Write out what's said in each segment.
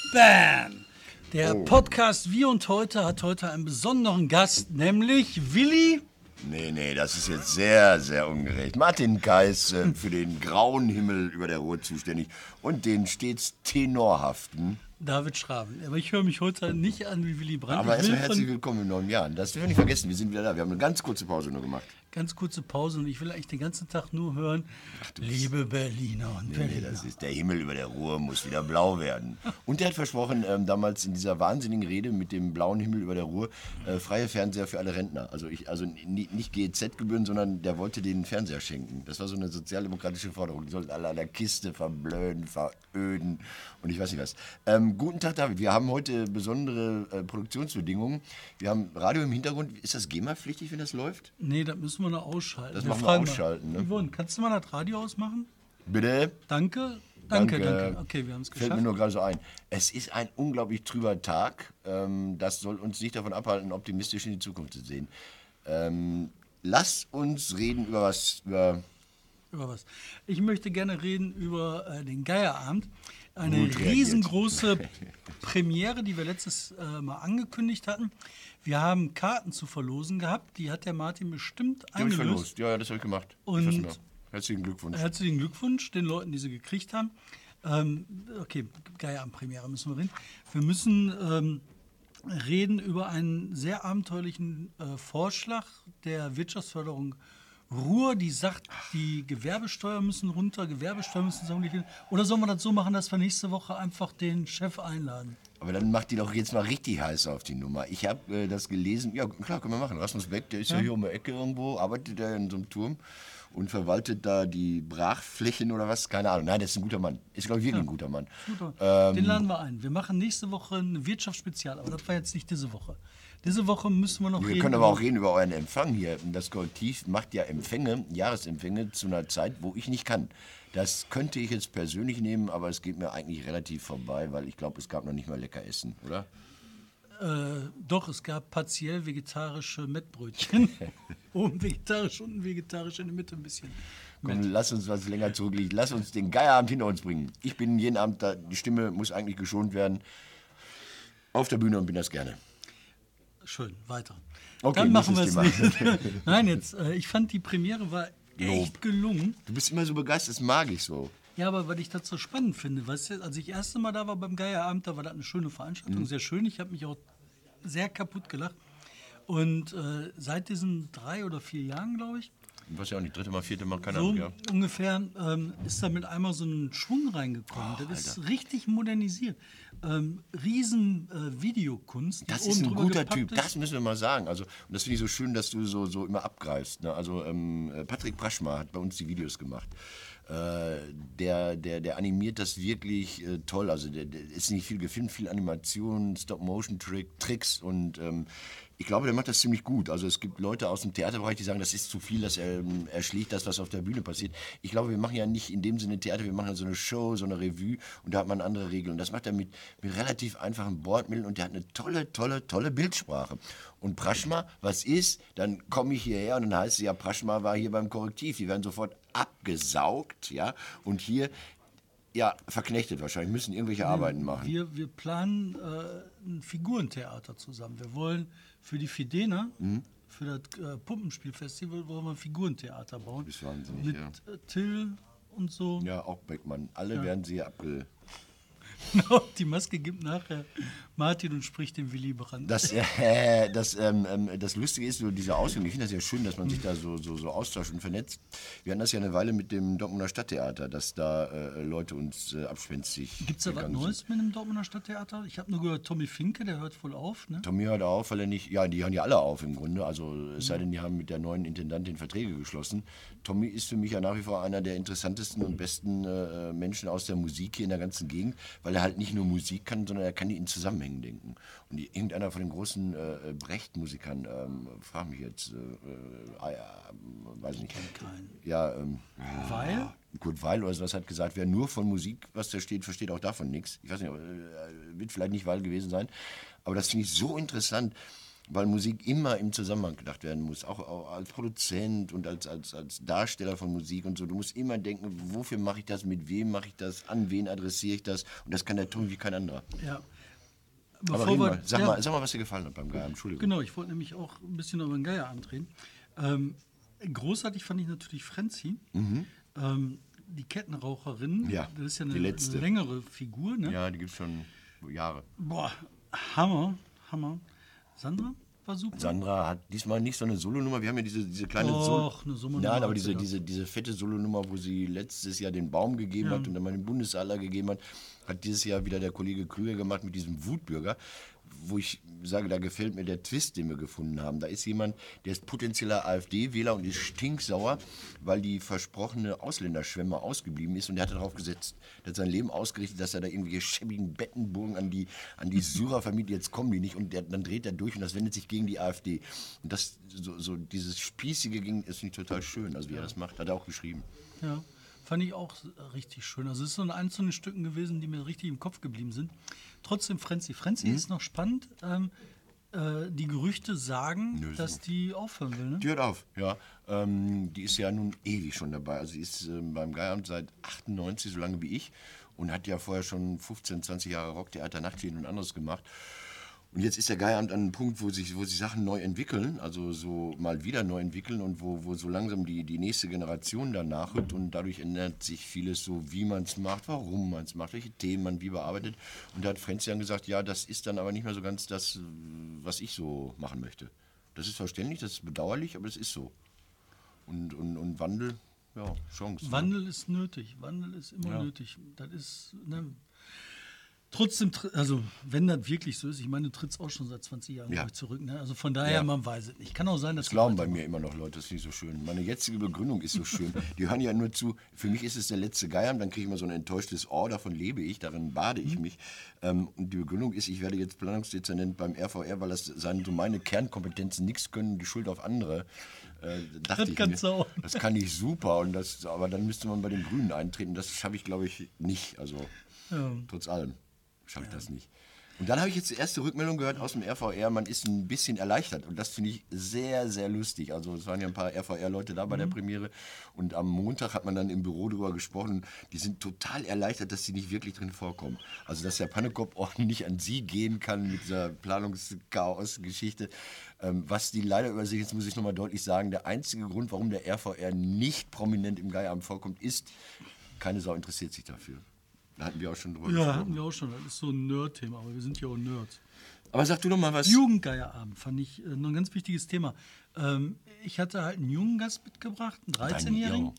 Bam! Der Podcast Wie und Heute hat heute einen besonderen Gast, nämlich Willi. Nee, das ist jetzt sehr, sehr ungerecht. Martin Kais für den grauen Himmel über der Ruhr zuständig und den stets tenorhaften David Schraven. Aber ich höre mich heute nicht an wie Willy Brandt. Aber erstmal herzlich willkommen in neuen Jahren. Das dürfen wir nicht vergessen, wir sind wieder da. Wir haben eine ganz kurze Pause nur gemacht. Ganz kurze Pause und ich will eigentlich den ganzen Tag nur hören, liebe Berliner und Berliner. Das ist der Himmel über der Ruhr muss wieder blau werden. Und er hat versprochen, damals in dieser wahnsinnigen Rede mit dem blauen Himmel über der Ruhr, freie Fernseher für alle Rentner. Also nicht GEZ-Gebühren, sondern der wollte denen Fernseher schenken. Das war so eine sozialdemokratische Forderung. Die sollten alle an der Kiste verblöden, veröden und ich weiß nicht was. Guten Tag, David. Wir haben heute besondere Produktionsbedingungen. Wir haben Radio im Hintergrund. Ist das GEMA-pflichtig, wenn das läuft? Nee, das müssen wir noch ausschalten. Das machen wir ausschalten. Ne? Yvonne, kannst du mal das Radio ausmachen? Bitte? Danke. Okay, wir haben es geschafft. Fällt mir nur gerade so ein. Es ist ein unglaublich trüber Tag. Das soll uns nicht davon abhalten, optimistisch in die Zukunft zu sehen. Lass uns reden über was. Über was? Ich möchte gerne reden über den Geierabend. Eine riesengroße Premiere, die wir letztes Mal angekündigt hatten. Wir haben Karten zu verlosen gehabt. Die hat der Martin bestimmt eingelöst. Die habe ich verlost. Ja, das habe ich gemacht. Und herzlichen Glückwunsch. Herzlichen Glückwunsch den Leuten, die sie gekriegt haben. Okay, Geierabend-Premiere müssen wir reden. Wir müssen reden über einen sehr abenteuerlichen Vorschlag der Wirtschaftsförderung Ruhr, die sagt, die Gewerbesteuer müssen runter, Gewerbesteuer müssen sammelig werden. Oder sollen wir das so machen, dass wir nächste Woche einfach den Chef einladen? Aber dann macht die doch jetzt mal richtig heiß auf die Nummer. Ich habe das gelesen. Ja, klar, können wir machen. Rasmus Beck, der ist ja hier um die Ecke irgendwo, arbeitet da in so einem Turm und verwaltet da die Brachflächen oder was. Keine Ahnung. Nein, das ist ein guter Mann. Ist, glaube ich, wirklich ein guter Mann. Super. Den laden wir ein. Wir machen nächste Woche ein Wirtschaftsspezial, aber das war jetzt nicht diese Woche. Diese Woche müssen wir noch reden. Wir können aber auch reden über euren Empfang hier. Das Kollektiv macht ja Empfänge, Jahresempfänge zu einer Zeit, wo ich nicht kann. Das könnte ich jetzt persönlich nehmen, aber es geht mir eigentlich relativ vorbei, weil ich glaube, es gab noch nicht mal lecker Essen, oder? Doch, es gab partiell vegetarische Mettbrötchen. Oben vegetarisch, unten vegetarisch, in der Mitte ein bisschen. Komm, lass uns was länger zurückliegen. Lass uns den Geierabend hinter uns bringen. Ich bin jeden Abend da, die Stimme muss eigentlich geschont werden. Auf der Bühne und bin das gerne. Schön, weiter. Okay, dann machen wir es nicht. Nein, jetzt, ich fand die Premiere war echt gelungen. Du bist immer so begeistert, das mag ich so. Ja, aber weil ich das so spannend finde. Weißt du, als ich das erste Mal da war beim Geierabend, da war das eine schöne Veranstaltung, sehr schön. Ich habe mich auch sehr kaputt gelacht. Und seit diesen 3 oder 4 Jahren, glaube ich, Ich weiß ja auch nicht, 3. Mal, 4. Mal, keine so Ahnung, ja. ungefähr ist da mit einmal so ein Schwung reingekommen. Das ist richtig modernisiert. Riesen Videokunst. Das ist ein guter Typ, das müssen wir mal sagen. Also, und das finde ich so schön, dass du so immer abgreifst. Ne? Also Patrick Praschma hat bei uns die Videos gemacht. Der animiert das wirklich toll. Also der ist nicht viel gefilmt, viel Animation, Stop-Motion-Tricks und ich glaube, der macht das ziemlich gut. Also es gibt Leute aus dem Theaterbereich, die sagen, das ist zu viel, das erschlägt das, was auf der Bühne passiert. Ich glaube, wir machen ja nicht in dem Sinne Theater, wir machen ja so eine Show, so eine Revue und da hat man andere Regeln. Und das macht er mit relativ einfachen Bordmitteln und der hat eine tolle Bildsprache. Und Praschma, was ist? Dann komme ich hierher und dann heißt es ja, Praschma war hier beim Korrektiv. Die werden sofort abgesaugt, ja, und hier ja, verknechtet wahrscheinlich, müssen irgendwelche Arbeiten machen. Wir planen ein Figurentheater zusammen. Wir wollen für die Fidena, für das Puppenspielfestival, wollen wir ein Figurentheater bauen. Das ist wahnsinnig, mit ja. Till und so. Ja, auch Beckmann. Alle werden sie Genau, die Maske gibt nachher Martin und spricht den Willy Brandt. Das Lustige ist, so diese Ausführung, ich finde das ja schön, dass man sich da so austauscht und vernetzt. Wir hatten das ja eine Weile mit dem Dortmunder Stadttheater, dass da Leute uns abspenstig Gibt es da was Neues mit dem Dortmunder Stadttheater? Ich habe nur gehört, Tommy Finke, der hört wohl auf, ne? Tommy hört auf, weil er nicht, ja, die hören ja alle auf im Grunde, also es sei denn, die haben mit der neuen Intendantin Verträge geschlossen. Tommy ist für mich ja nach wie vor einer der interessantesten und besten Menschen aus der Musik hier in der ganzen Gegend, weil er halt nicht nur Musik kann, sondern er kann die in Zusammenhängen denken. Und irgendeiner von den großen Brecht-Musikern, frag mich jetzt, weiß nicht. Ja, Weil? Kurt Weil oder sowas hat gesagt, wer nur von Musik, was da steht, versteht auch davon nichts. Ich weiß nicht, wird vielleicht nicht Weil gewesen sein, aber das finde ich so interessant, weil Musik immer im Zusammenhang gedacht werden muss, auch als Produzent und als Darsteller von Musik und so. Du musst immer denken, wofür mache ich das, mit wem mache ich das, an wen adressiere ich das und das kann der tun wie kein anderer. Ja. Aber Bevor reden wir, mal, sag mal, was dir gefallen hat beim Geier, Entschuldigung. Genau, ich wollte nämlich auch ein bisschen über den Geier antreten. Großartig fand ich natürlich Frenzy. Die Kettenraucherin, Ja, das ist ja die eine letzte. längere Figur. Ne? Ja, die gibt es schon Jahre. Boah, Hammer. Sandra war super. Sandra hat diesmal nicht so eine Solonummer. Wir haben ja diese kleine Doch, eine Solonummer Nein, aber hat sie diese fette Solonummer, wo sie letztes Jahr den Baum gegeben hat und dann mal den Bundesadler gegeben hat dieses Jahr wieder der Kollege Krüger gemacht mit diesem Wutbürger, wo ich sage, da gefällt mir der Twist, den wir gefunden haben. Da ist jemand, der ist potenzieller AfD-Wähler und ist stinksauer, weil die versprochene Ausländerschwemme ausgeblieben ist und der hat darauf gesetzt. Der hat sein Leben ausgerichtet, dass er da irgendwelche schäbigen Bettenburgen an die Syrer vermietet, jetzt kommen die nicht und dann dreht er durch und das wendet sich gegen die AfD. Und das, so dieses Spießige ging, ist nicht total schön, also wie er das macht, hat er auch geschrieben. Ja, fand ich auch richtig schön. Also es ist so ein einzelne Stücken gewesen, die mir richtig im Kopf geblieben sind. Trotzdem Frenzy. Frenzy ist noch spannend. Die Gerüchte sagen, dass die aufhören will, ne? Die hört auf, ja. Die ist ja nun ewig schon dabei. Also sie ist beim Geieramt seit 98, so lange wie ich. Und hat ja vorher schon 15, 20 Jahre Rocktheater, Nachtfeen und anderes gemacht. Und jetzt ist der Geieramt an einem Punkt, wo sich Sachen neu entwickeln, also so mal wieder neu entwickeln und wo so langsam die nächste Generation danach rückt und dadurch ändert sich vieles so, wie man es macht, warum man es macht, welche Themen man wie bearbeitet. Und da hat Frenzy dann gesagt, ja, das ist dann aber nicht mehr so ganz das, was ich so machen möchte. Das ist verständlich, das ist bedauerlich, aber es ist so. Und Wandel, ja, Chance. Wandel ist nötig. Wandel ist immer nötig. Das ist, ne, trotzdem, also wenn das wirklich so ist, ich meine, du trittst auch schon seit 20 Jahren glaub ich, zurück. Ne? Also von daher, man weiß es nicht. Kann auch sein, dass das glauben bei mir immer noch Leute, das ist nicht so schön. Meine jetzige Begründung ist so schön. Die hören ja nur zu, für mich ist es der letzte Geieramt, dann kriege ich immer so ein enttäuschtes Ohr, davon lebe ich, darin bade ich mich. Und die Begründung ist, ich werde jetzt Planungsdezernent beim RVR, weil das so meine Kernkompetenzen nichts können, die Schuld auf andere. Dachte ich mir, das kann ich super, aber dann müsste man bei den Grünen eintreten. Das schaffe ich, glaube ich, nicht. Also trotz allem schaffe ich das nicht. Und dann habe ich jetzt die erste Rückmeldung gehört aus dem RVR, man ist ein bisschen erleichtert. Und das finde ich sehr, sehr lustig. Also es waren ja ein paar RVR-Leute da bei der Premiere. Und am Montag hat man dann im Büro drüber gesprochen. Die sind total erleichtert, dass sie nicht wirklich drin vorkommen. Also dass der Pannekopf auch nicht an sie gehen kann mit dieser Planungschaos-Geschichte. Was die leider übersehen, jetzt muss ich nochmal deutlich sagen, der einzige Grund, warum der RVR nicht prominent im Geieramt vorkommt, ist, keine Sau interessiert sich dafür. Da hatten wir auch schon drüber gesprochen. Ja, hatten wir auch schon. Das ist so ein Nerd-Thema, aber wir sind ja auch Nerds. Aber sag du doch mal was. Jugendgeierabend fand ich noch ein ganz wichtiges Thema. Ich hatte halt einen jungen Gast mitgebracht, einen 13-Jährigen.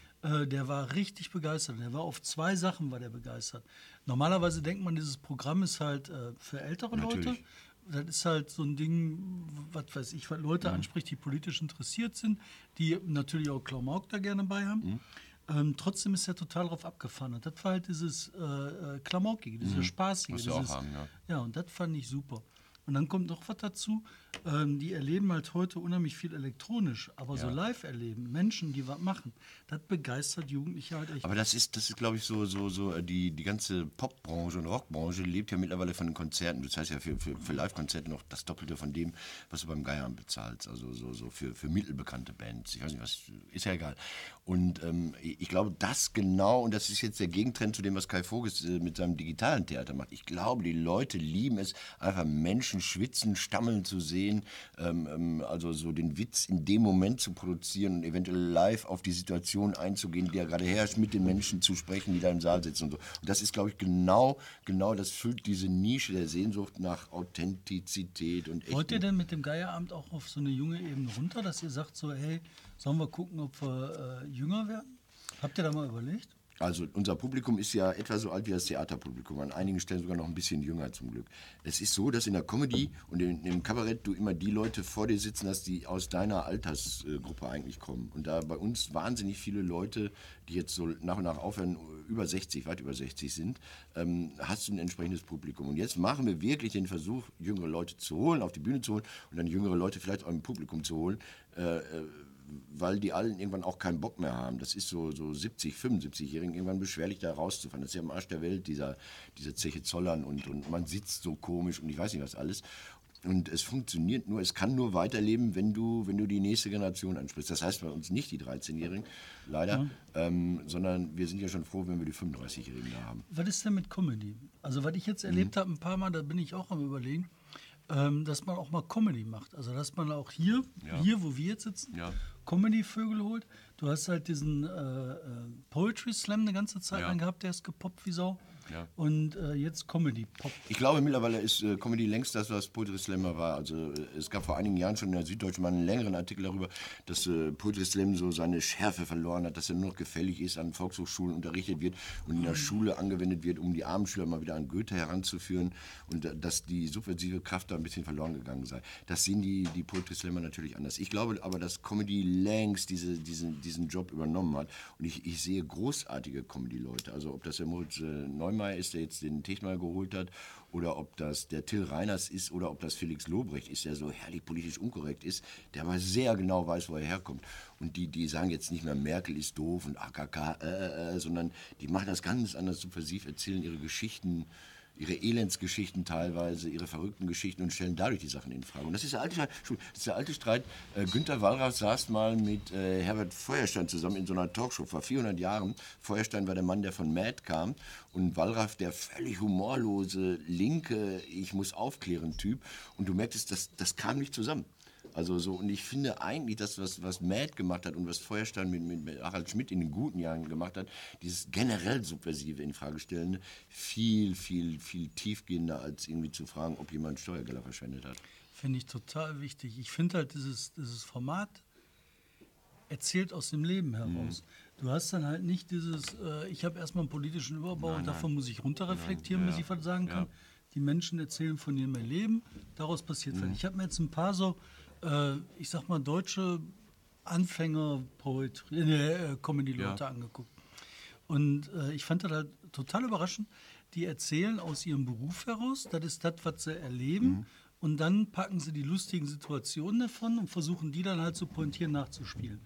Der war richtig begeistert. Der war auf 2 Sachen war der begeistert. Normalerweise denkt man, dieses Programm ist halt für ältere Leute. Das ist halt so ein Ding, was weiß ich, was Leute anspricht, die politisch interessiert sind, die natürlich auch Klamauk da gerne bei haben. Trotzdem ist er total drauf abgefahren. Und das war halt dieses Klamaukige, dieses Spaßige. Musst du auch haben, ja. Ja, und das fand ich super. Und dann kommt noch was dazu, die erleben halt heute unheimlich viel elektronisch, aber so live erleben, Menschen, die was machen, das begeistert Jugendliche halt echt. Aber das ist glaube ich, so die ganze Popbranche und Rockbranche lebt ja mittlerweile von den Konzerten. Das heißt ja für Live-Konzerte noch das Doppelte von dem, was du beim Geieramt bezahlst. Also so für mittelbekannte Bands. Ich weiß nicht, was, ist ja egal. Und ich glaube, das genau, und das ist jetzt der Gegentrend zu dem, was Kai Voges mit seinem digitalen Theater macht. Ich glaube, die Leute lieben es, einfach Menschen schwitzen, stammeln zu sehen, also so den Witz in dem Moment zu produzieren und eventuell live auf die Situation einzugehen, die ja gerade herrscht, mit den Menschen zu sprechen, die da im Saal sitzen und so. Und das ist, glaube ich, genau, das füllt diese Nische der Sehnsucht nach Authentizität und Wollt ihr denn mit dem Geieramt auch auf so eine junge Ebene runter, dass ihr sagt so, hey, sollen wir gucken, ob wir jünger werden? Habt ihr da mal überlegt? Also unser Publikum ist ja etwa so alt wie das Theaterpublikum, an einigen Stellen sogar noch ein bisschen jünger zum Glück. Es ist so, dass in der Comedy und im Kabarett du immer die Leute vor dir sitzen hast, die aus deiner Altersgruppe eigentlich kommen. Und da bei uns wahnsinnig viele Leute, die jetzt so nach und nach aufhören, über 60, weit über 60 sind, hast du ein entsprechendes Publikum. Und jetzt machen wir wirklich den Versuch, jüngere Leute zu holen, auf die Bühne zu holen und dann jüngere Leute vielleicht auch im Publikum zu holen, weil die allen irgendwann auch keinen Bock mehr haben. Das ist so 70, 75-Jährigen irgendwann beschwerlich, da rauszufahren. Das ist ja am Arsch der Welt, diese Zeche Zollern und man sitzt so komisch und ich weiß nicht was alles. Und es funktioniert nur, es kann nur weiterleben, wenn du die nächste Generation ansprichst. Das heißt bei uns nicht die 13-Jährigen, leider, sondern wir sind ja schon froh, wenn wir die 35-Jährigen da haben. Was ist denn mit Comedy? Also was ich jetzt erlebt habe, ein paar Mal, da bin ich auch am Überlegen, dass man auch mal Comedy macht. Also dass man auch hier, wo wir jetzt sitzen, Comedy-Vögel holt. Du hast halt diesen Poetry Slam eine ganze Zeit lang gehabt, der ist gepoppt wie Sau. Ja. Und jetzt Comedy-Pop. Ich glaube, mittlerweile ist Comedy längst das, was Poetry Slam mal war. Also es gab vor einigen Jahren schon in der Süddeutschen mal einen längeren Artikel darüber, dass Poetry Slam so seine Schärfe verloren hat, dass er nur noch gefällig ist, an Volkshochschulen unterrichtet wird und in der Schule angewendet wird, um die armen Schüler mal wieder an Goethe heranzuführen und dass die subversive Kraft da ein bisschen verloren gegangen sei. Das sehen die Poetry Slammer natürlich anders. Ich glaube aber, dass Comedy längst diesen Job übernommen hat und ich sehe großartige Comedy-Leute. Also ob das der Moritz Neumeier ist, der jetzt den Techniker geholt hat, oder ob das der Till Reiners ist, oder ob das Felix Lobrecht ist, der so herrlich politisch unkorrekt ist, der aber sehr genau weiß, wo er herkommt. Und die sagen jetzt nicht mehr, Merkel ist doof und AKK, sondern die machen das ganz anders subversiv, erzählen ihre Geschichten, ihre Elendsgeschichten teilweise, ihre verrückten Geschichten und stellen dadurch die Sachen in Frage. Und das ist der alte Streit. Günter Wallraff saß mal mit Herbert Feuerstein zusammen in so einer Talkshow vor 400 Jahren. Feuerstein war der Mann, der von Mad kam und Wallraff der völlig humorlose, linke, ich muss aufklären Typ. Und du merktest, das kam nicht zusammen. Also so, und ich finde eigentlich, das, was Mad gemacht hat und was Feuerstein mit Harald Schmidt in den guten Jahren gemacht hat, dieses generell subversive Infragestellende, viel, viel, viel tiefgehender, als irgendwie zu fragen, ob jemand Steuergelder verschwendet hat. Finde ich total wichtig. Ich finde halt dieses Format erzählt aus dem Leben heraus. Du hast dann halt nicht dieses, ich habe erstmal einen politischen Überbau und davon muss ich runterreflektieren, bis ich was sagen kann. Die Menschen erzählen von ihrem Leben, daraus passiert was. Ich habe mir jetzt ein paar so ich sag mal, deutsche Anfänger-Comedy-Leute angeguckt. Und ich fand das halt total überraschend. Die erzählen aus ihrem Beruf heraus, das ist das, was sie erleben. Und dann packen sie die lustigen Situationen davon und versuchen die dann halt zu pointieren, nachzuspielen.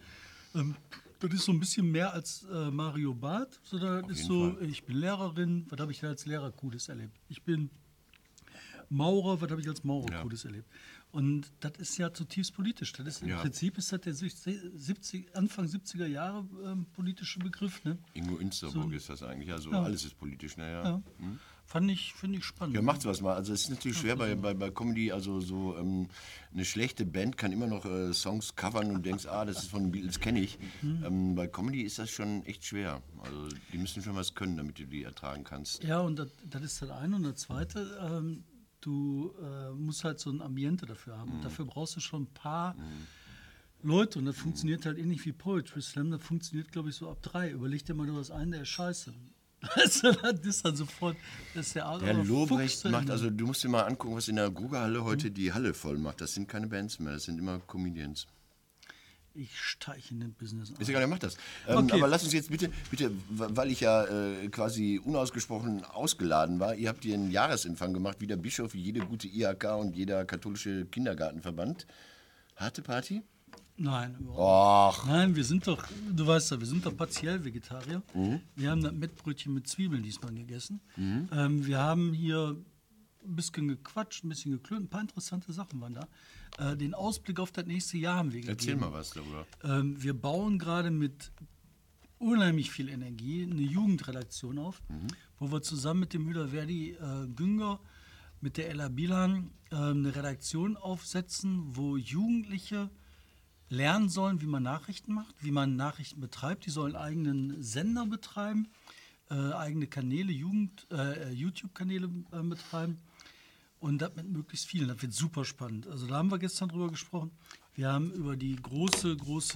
Das ist so ein bisschen mehr als Mario Barth, sondern das ist so, ich bin Lehrerin, was habe ich denn als Lehrer Cooles erlebt? Ich bin Maurer, was habe ich als Maurer Cooles erlebt? Und das ist ja zutiefst politisch. Das ist, im Prinzip ist das der Anfang 70er Jahre politische Begriff. Ne? Ingo Insterburg ist das eigentlich. Also alles ist politisch. Naja. Finde ich spannend. Ja, macht sowas mal. Also es ist natürlich schwer bei Comedy. Also so eine schlechte Band kann immer noch Songs covern und denkst, das ist von den Beatles, kenne ich. Bei Comedy ist das schon echt schwer. Also die müssen schon was können, damit du die ertragen kannst. Ja, und das ist das eine. Und das zweite, du musst halt so ein Ambiente dafür haben. Und dafür brauchst du schon ein paar Leute. Und das funktioniert halt ähnlich wie Poetry Slam. Das funktioniert, glaube ich, so ab 3. Überleg dir mal, du hast einen, der ist scheiße. Das ist dann sofort, das ist der Lobrecht macht, also du musst dir mal angucken, was in der Grugerhalle heute die Halle voll macht. Das sind keine Bands mehr, das sind immer Comedians. Ich steiche in den Business ein. Ist egal, er macht das. Aber lass uns jetzt bitte, weil ich ja quasi unausgesprochen ausgeladen war, ihr habt hier einen Jahresempfang gemacht, wie der Bischof, wie jede gute IHK und jeder katholische Kindergartenverband. Harte Party? Nein, überhaupt nicht. Nein, wir sind doch, du weißt ja, wir sind doch partiell Vegetarier. Wir haben das Mettbrötchen mit Zwiebeln diesmal gegessen. Wir haben hier ein bisschen gequatscht, ein bisschen geklönt, ein paar interessante Sachen waren da. Den Ausblick auf das nächste Jahr haben wir gegeben. Erzähl mal was darüber. Wir bauen gerade mit unheimlich viel Energie eine Jugendredaktion auf, wo wir zusammen mit dem Müller-Verdi Günger, mit der Ella Bilan eine Redaktion aufsetzen, wo Jugendliche lernen sollen, wie man Nachrichten macht, wie man Nachrichten betreibt. Die sollen eigenen Sender betreiben, eigene Kanäle, YouTube-Kanäle betreiben und das mit möglichst vielen. Das wird super spannend. Also da haben wir gestern drüber gesprochen. Wir haben über die große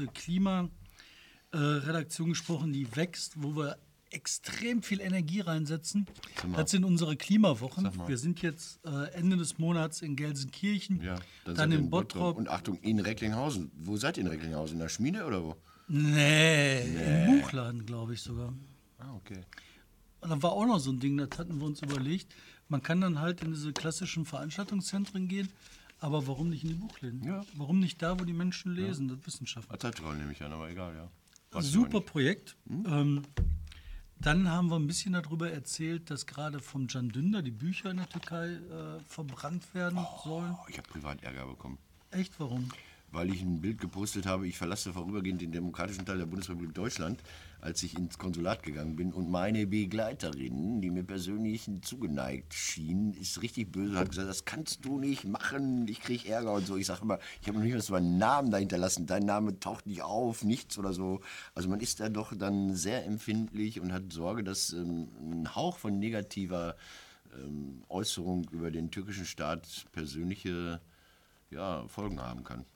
Klimaredaktion gesprochen, die wächst, wo wir extrem viel Energie reinsetzen. Das sind unsere Klimawochen. Wir sind jetzt Ende des Monats in Gelsenkirchen, dann in Bottrop. Und Achtung, in Recklinghausen. Wo seid ihr in Recklinghausen? In der Schmiede oder wo? Nee, im Buchladen, glaube ich sogar. Okay. Und dann war auch noch so ein Ding, das hatten wir uns überlegt. Man kann dann halt in diese klassischen Veranstaltungszentren gehen, aber warum nicht in die Buchläden? Ja. Warum nicht da, wo die Menschen lesen, das Wissenschaft? Zeitroll nehme ich an, aber egal, ja. Super Projekt. Dann haben wir ein bisschen darüber erzählt, dass gerade vom Can Dündar die Bücher in der Türkei verbrannt werden sollen. Ich habe privat Ärger bekommen. Echt, warum? Weil ich ein Bild gepostet habe, ich verlasse vorübergehend den demokratischen Teil der Bundesrepublik Deutschland, als ich ins Konsulat gegangen bin. Und meine Begleiterin, die mir persönlich zugeneigt schien, ist richtig böse und hat gesagt, das kannst du nicht machen, ich kriege Ärger und so. Ich sage immer, ich habe noch nicht mal meinen Namen da hinterlassen, dein Name taucht nicht auf, nichts oder so. Also man ist da doch dann sehr empfindlich und hat Sorge, dass ein Hauch von negativer Äußerung über den türkischen Staat persönliche Folgen haben kann.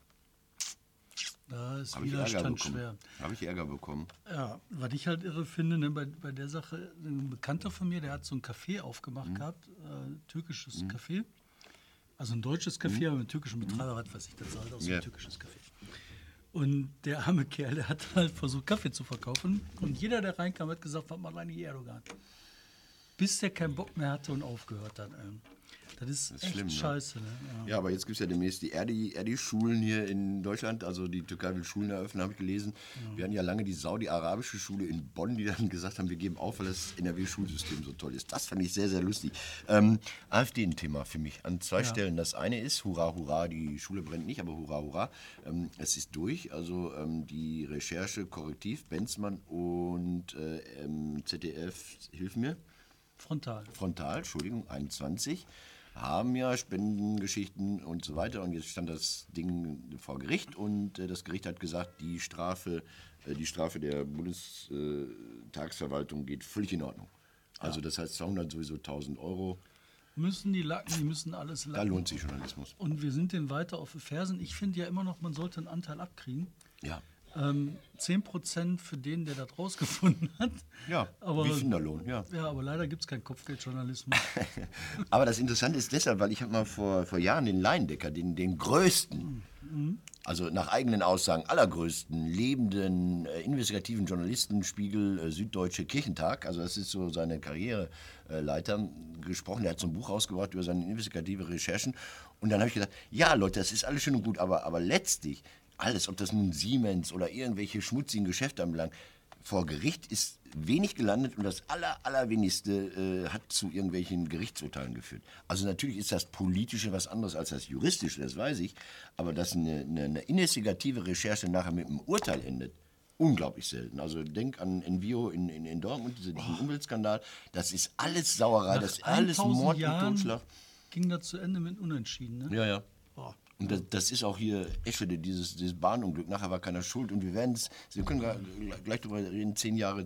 Da ist Habe ich Ärger Widerstand bekommen. schwer. Habe ich Ärger bekommen. Ja, was ich halt irre finde, ne, bei der Sache, ein Bekannter von mir, der hat so ein Café aufgemacht gehabt, türkisches Café. Also ein deutsches Café, aber mit türkischem Betreiber, was weiß ich, das sah halt aus wie ein türkisches Café. Und der arme Kerl, der hat halt versucht, Kaffee zu verkaufen. Und jeder, der reinkam, hat gesagt, was macht eigentlich Erdogan? Bis der keinen Bock mehr hatte und aufgehört hat. Das ist echt schlimm, ne? scheiße. Ne? Ja, aber jetzt gibt es ja demnächst die Erdi-Schulen hier in Deutschland. Also die Türkei will Schulen eröffnen, habe ich gelesen. Wir hatten ja lange die saudi-arabische Schule in Bonn, die dann gesagt haben, wir geben auf, weil das NRW-Schulsystem so toll ist. Das fand ich sehr, sehr lustig. AfD ein Thema für mich an zwei Stellen. Das eine ist, hurra, hurra, die Schule brennt nicht, aber hurra, hurra. Es ist durch. Also die Recherche, Korrektiv, Benzmann und ZDF, hilf mir. Frontal, Entschuldigung, 21. Haben ja Spendengeschichten und so weiter. Und jetzt stand das Ding vor Gericht und das Gericht hat gesagt, die Strafe der Bundestagsverwaltung geht völlig in Ordnung. Also das heißt 200 sowieso 1.000 Euro. müssen die lacken, die müssen alles lacken. Da lohnt sich Journalismus. Und wir sind denen weiter auf die Fersen. Ich finde ja immer noch, man sollte einen Anteil abkriegen. Ja. 10% für den, der das rausgefunden hat. Ja, aber, wie Finderlohn, ja. Ja, aber leider gibt es keinen Kopfgeldjournalismus. Aber das Interessante ist deshalb, weil ich habe mal vor Jahren den Laiendecker, den größten, also nach eigenen Aussagen allergrößten, lebenden, investigativen Journalisten, Spiegel, Süddeutsche Kirchentag, also das ist so seine Karriereleiter, gesprochen. Der hat so ein Buch rausgebracht über seine investigative Recherchen. Und dann habe ich gedacht, ja Leute, das ist alles schön und gut, aber letztlich, alles, ob das nun Siemens oder irgendwelche schmutzigen Geschäfte anbelangt, vor Gericht ist wenig gelandet und das Allerwenigste hat zu irgendwelchen Gerichtsurteilen geführt. Also natürlich ist das Politische was anderes als das Juristische, das weiß ich, aber dass eine investigative Recherche nachher mit einem Urteil endet, unglaublich selten. Also denk an Envio in Dortmund, diesen Umweltskandal, das ist alles Sauerei, das ist alles Mord und Totschlag. Ging das zu Ende mit Unentschieden, ne? Ja, ja. Boah. Und das ist auch hier Eschede, dieses Bahnunglück. Nachher war keiner schuld. Und wir können gleich darüber reden, 10 Jahre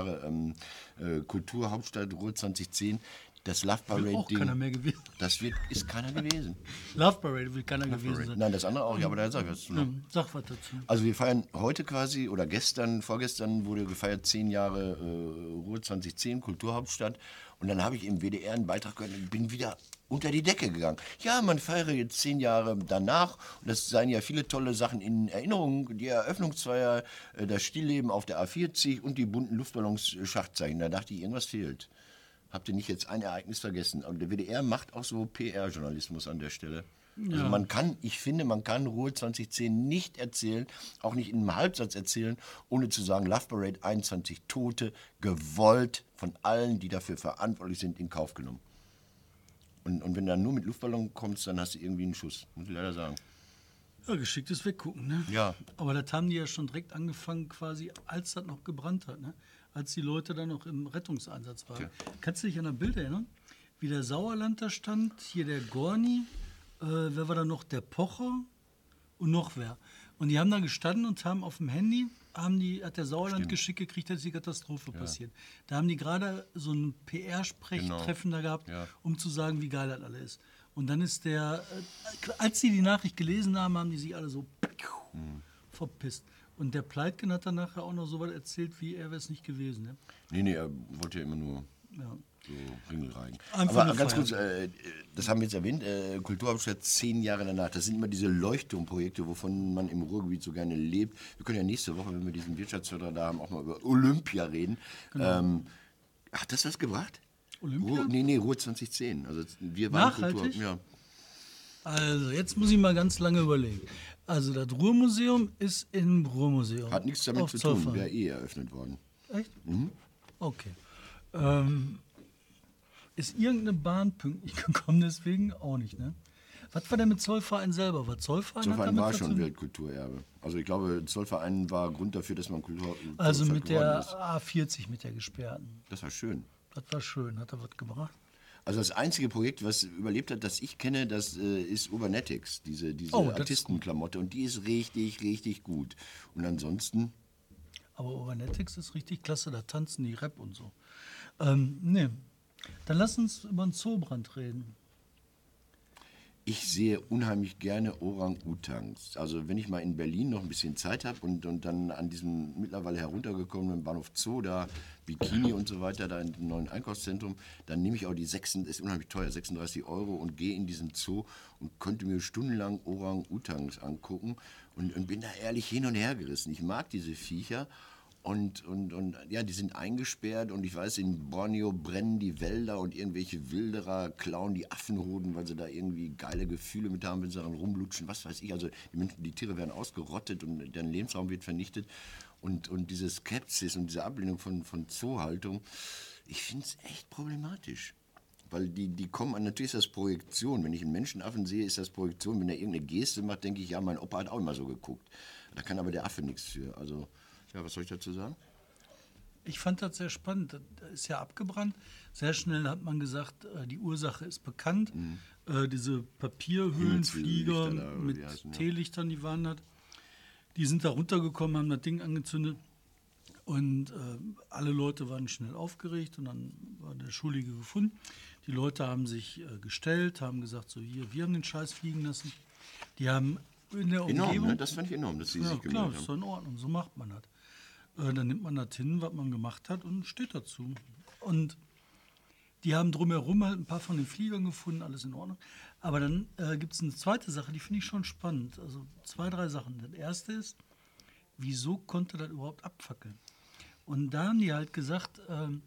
Kulturhauptstadt Ruhr 2010. Das Love Parade auch keiner mehr gewesen. Ist keiner gewesen. Love Parade will keiner gewesen sein. Nein, das andere auch, ja, aber da sag ich was zu. Sag was dazu. Also wir feiern heute quasi, oder vorgestern wurde gefeiert 10 Jahre Ruhr 2010, Kulturhauptstadt. Und dann habe ich im WDR einen Beitrag gehört und bin wieder unter die Decke gegangen. Ja, man feiere jetzt 10 Jahre danach. Und das seien ja viele tolle Sachen in Erinnerung. Die Eröffnungsfeier, das Stillleben auf der A40 und die bunten Luftballons-Schachtzeichen. Da dachte ich, irgendwas fehlt. Habt ihr nicht jetzt ein Ereignis vergessen? Und der WDR macht auch so PR-Journalismus an der Stelle. Also ich finde, man kann Ruhr 2010 nicht erzählen, auch nicht in einem Halbsatz erzählen, ohne zu sagen, Love Parade 21 Tote, gewollt von allen, die dafür verantwortlich sind, in Kauf genommen. Und wenn du dann nur mit Luftballon kommst, dann hast du irgendwie einen Schuss, muss ich leider sagen. Ja, geschicktes Weggucken, ne? Ja. Aber das haben die ja schon direkt angefangen, quasi, als das noch gebrannt hat, ne? Als die Leute dann noch im Rettungseinsatz waren. Okay. Kannst du dich an das Bild erinnern? Wie der Sauerland da stand, hier der Gorni, wer war da noch? Der Pocher und noch wer. Und die haben da gestanden und haben auf dem Handy, hat der Sauerland geschickt gekriegt, dass die Katastrophe passiert. Da haben die gerade so ein PR-Sprechtreffen da gehabt, um zu sagen, wie geil das alles ist. Und dann ist als sie die Nachricht gelesen haben, haben die sich alle so verpisst. Und der Pleitgen hat dann nachher auch noch so was erzählt, wie er wäre es nicht gewesen. Ne? Nee, er wollte ja immer nur so Ringel rein. Einfach Aber nur ganz feiern. kurz, das haben wir jetzt erwähnt, Kulturhauptstadt 10 Jahre danach. Das sind immer diese Leuchtturmprojekte, wovon man im Ruhrgebiet so gerne lebt. Wir können ja nächste Woche, wenn wir diesen Wirtschaftsförderer da haben, auch mal über Olympia reden. Genau. Hat das was gebracht? Olympia? Ruhr 2010. Also wir waren Nachhaltig? Ja. Also, jetzt muss ich mal ganz lange überlegen. Also, das Ruhrmuseum ist im Ruhrmuseum. Hat nichts damit auf zu tun, Zollverein. wäre eröffnet worden. Echt? Okay. Ähm, Ist irgendeine Bahn pünktlich gekommen, deswegen auch nicht, ne? Was war denn mit Zollverein selber? War Zollverein hat Zollverein damit war was zu schon tun? Weltkulturerbe. Also ich glaube, Zollverein war Grund dafür, dass man Also Kulturstadt mit geworden der ist. A40, mit der gesperrten. Das war schön. Das war schön, hat er was gebracht? Also das einzige Projekt, was überlebt hat, das ich kenne, das ist Ubernetics, diese Oh, das ist gut. Artistenklamotte. Und die ist richtig, richtig gut. Und ansonsten, Aber Ubernetics ist richtig klasse, da tanzen die Rap und so. Nee. Dann lass uns über den Zoobrand reden. ich sehe unheimlich gerne Orang-Utans. Also wenn ich mal in Berlin noch ein bisschen Zeit habe und dann an diesem mittlerweile heruntergekommenen Bahnhof Zoo, da Bikini und so weiter, da in dem neuen Einkaufszentrum, dann nehme ich auch ist unheimlich teuer, 36 Euro und gehe in diesen Zoo und könnte mir stundenlang Orang-Utans angucken und bin da ehrlich hin und her gerissen. Ich mag diese Viecher. Und ja, die sind eingesperrt und ich weiß, in Borneo brennen die Wälder und irgendwelche Wilderer klauen die Affenhoden, weil sie da irgendwie geile Gefühle mit haben, wenn sie daran rumlutschen, was weiß ich. Also die Tiere werden ausgerottet und deren Lebensraum wird vernichtet. Und diese Skepsis und diese Ablehnung von Zoohaltung, ich finde es echt problematisch. Weil die kommen an, natürlich ist das Projektion. Wenn ich einen Menschenaffen sehe, ist das Projektion. Wenn er irgendeine Geste macht, denke ich, ja, mein Opa hat auch immer so geguckt. Da kann aber der Affe nichts für. Also, ja, was soll ich dazu sagen? Ich fand das sehr spannend. Das ist ja abgebrannt. Sehr schnell hat man gesagt, die Ursache ist bekannt. Diese Papierhöhlenflieger Himmelslichter da, oder mit wie heißen, ja. Teelichtern, die waren das. Die sind da runtergekommen, haben das Ding angezündet. Und alle Leute waren schnell aufgeregt und dann war der Schuldige gefunden. Die Leute haben sich gestellt, haben gesagt, so hier, wir haben den Scheiß fliegen lassen. Die haben in der Enorm, Umgebung... ne? Das fand ich enorm, dass sie Ja, sich klar, gemeldet ist haben. doch in Ordnung, so macht man das. Dann nimmt man das hin, was man gemacht hat und steht dazu. Und die haben drumherum halt ein paar von den Fliegern gefunden, alles in Ordnung. Aber dann gibt es eine zweite Sache, die finde ich schon spannend. Also 2, 3 Sachen. Das erste ist, wieso konnte das überhaupt abfackeln? Und da haben die halt gesagt,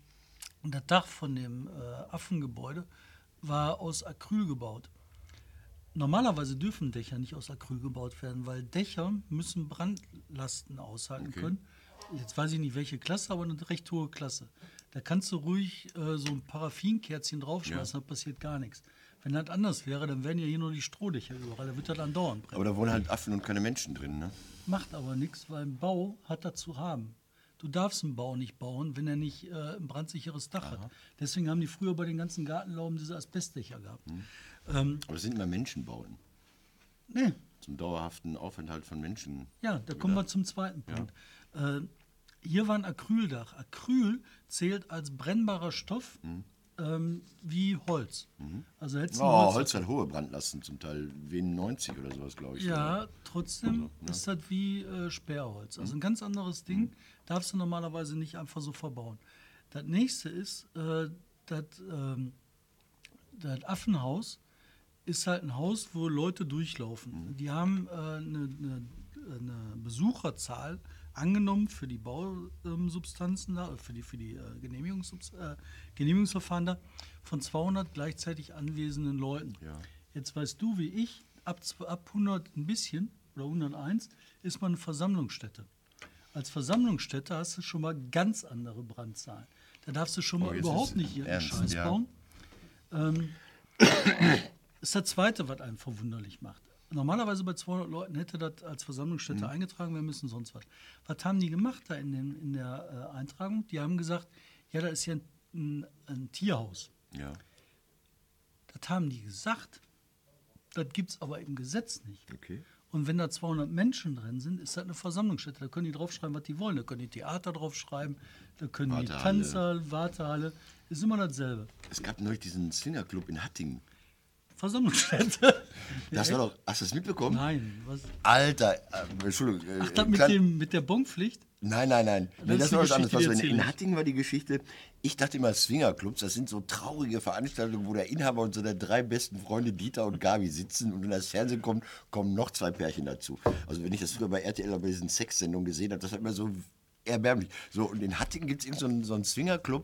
das Dach von dem Affengebäude war aus Acryl gebaut. Normalerweise dürfen Dächer nicht aus Acryl gebaut werden, weil Dächer müssen Brandlasten aushalten können. Jetzt weiß ich nicht, welche Klasse, aber eine recht hohe Klasse. Da kannst du ruhig so ein Paraffinkerzchen draufschmeißen, da passiert gar nichts. Wenn das anders wäre, dann wären ja hier nur die Strohdächer überall, da wird das andauernd brennen. Aber da wohnen halt Affen und keine Menschen drin, ne? Macht aber nichts, weil ein Bau hat das zu haben. Du darfst einen Bau nicht bauen, wenn er nicht ein brandsicheres Dach hat. Deswegen haben die früher bei den ganzen Gartenlauben diese Asbestdächer gehabt. Aber es sind immer Menschenbauten. Nee, Zum dauerhaften Aufenthalt von Menschen. ja, da kommen wir zum zweiten Punkt. Hier war ein Acryldach. Acryl zählt als brennbarer Stoff wie Holz. Also hättest du ein Oh, Holz hat hohe Brandlasten zum Teil. W90 oder sowas, glaube ich. Ja, trotzdem ist das wie Sperrholz. Also ein ganz anderes Ding, darfst du normalerweise nicht einfach so verbauen. Das nächste ist, das Affenhaus ist halt ein Haus, wo Leute durchlaufen. Die haben eine Besucherzahl angenommen für die Bausubstanzen da, für die Genehmigungsverfahren da, von 200 gleichzeitig anwesenden Leuten. Ja. Jetzt weißt du, wie ich, ab 100 ein bisschen oder 101 ist man eine Versammlungsstätte. Als Versammlungsstätte hast du schon mal ganz andere Brandzahlen. Da darfst du schon mal jetzt überhaupt ist nicht hier einen ernst, Scheiß ja. bauen. Das ist das Zweite, was einen verwunderlich macht. Normalerweise bei 200 Leuten hätte das als Versammlungsstätte eingetragen werden müssen, sonst was. Was haben die gemacht da in der Eintragung? Die haben gesagt, ja, da ist ja ein Tierhaus. Ja. Das haben die gesagt. Das gibt es aber im Gesetz nicht. Okay. Und wenn da 200 Menschen drin sind, ist das eine Versammlungsstätte. Da können die draufschreiben, was die wollen. Da können die Theater draufschreiben, da können die Wartehalle. Tanzsaal, Wartehalle. Ist immer dasselbe. Es gab neulich diesen Swingerclub in Hattingen. Versammlungsstätte. Das war doch, hast du das mitbekommen? Nein, was? Alter, Entschuldigung. Ach, das mit der Bonpflicht? Nein. Nee, Das das ist war die was anderes. Geschichte, die erzähl In ich. Hattingen war die Geschichte, ich dachte immer, Swingerclubs, das sind so traurige Veranstaltungen, wo der Inhaber und seine 3 besten Freunde Dieter und Gabi sitzen und wenn das Fernsehen kommt, kommen noch 2 Pärchen dazu. Also wenn ich das früher bei RTL bei diesen Sexsendungen gesehen habe, das hat mir so erbärmlich. So, und in Hattingen gibt es eben so einen Swingerclub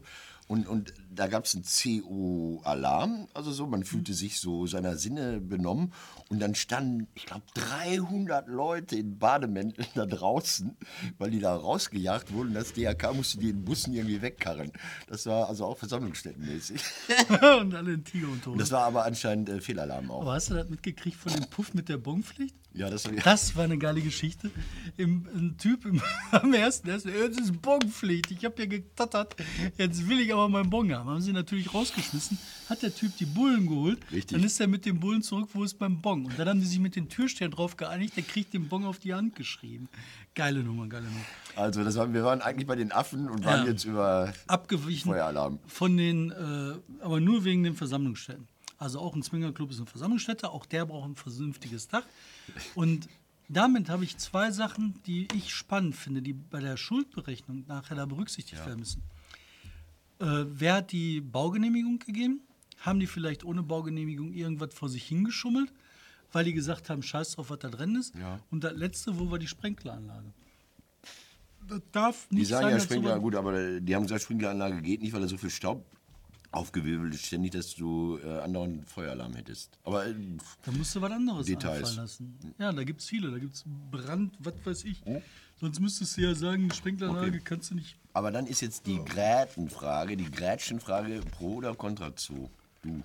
Und da gab es einen CO-Alarm, also so, man fühlte sich so seiner Sinne benommen. Und dann standen, ich glaube, 300 Leute in Bademänteln da draußen, weil die da rausgejagt wurden. Das DRK musste die in Bussen irgendwie wegkarren. Das war also auch versammlungsstättenmäßig. Und alle in Tiger und Hose. Das war aber anscheinend Fehlalarm auch. Aber hast du das mitgekriegt von dem Puff mit der Bonpflicht? Ja, das Das war eine geile Geschichte. Ein Typ am ersten, jetzt ist Bonpflicht. Ich habe ja getattert. Jetzt will ich aber meinen Bon haben. Haben sie natürlich rausgeschmissen. Hat der Typ die Bullen geholt. Richtig. Dann ist er mit dem Bullen zurück, wo ist beim Bon. Und dann haben die sich mit den Türstern drauf geeinigt. Der kriegt den Bon auf die Hand geschrieben. Geile Nummer, geile Nummer. Also wir waren eigentlich bei den Affen und waren jetzt über Abgewichen Feueralarm. von den, aber nur wegen den Versammlungsstätten. Also auch ein Swingerclub ist eine Versammlungsstätte, auch der braucht ein vernünftiges Dach. Und damit habe ich zwei Sachen, die ich spannend finde, die bei der Schuldberechnung nachher da berücksichtigt werden müssen. Wer hat die Baugenehmigung gegeben? Haben die vielleicht ohne Baugenehmigung irgendwas vor sich hingeschummelt, weil die gesagt haben, scheiß drauf, was da drin ist? Ja. Und das letzte, wo war die Sprenkleranlage? Das darf nicht Die sagen sein, ja dass Sprinkler, sowas- gut, aber die haben gesagt, Sprinkleranlage geht nicht, weil da so viel Staub aufgewirbelt ist, ständig, dass du andauernd Feueralarm hättest. Aber Da musst du was anderes Details. einfallen lassen. Ja, da gibt es viele. Da gibt es Brand, was weiß ich. Sonst müsstest du ja sagen, Sprinkleranlage kannst du nicht. aber dann ist jetzt die Grätenfrage, die Grätschenfrage, pro oder contra zu? Du.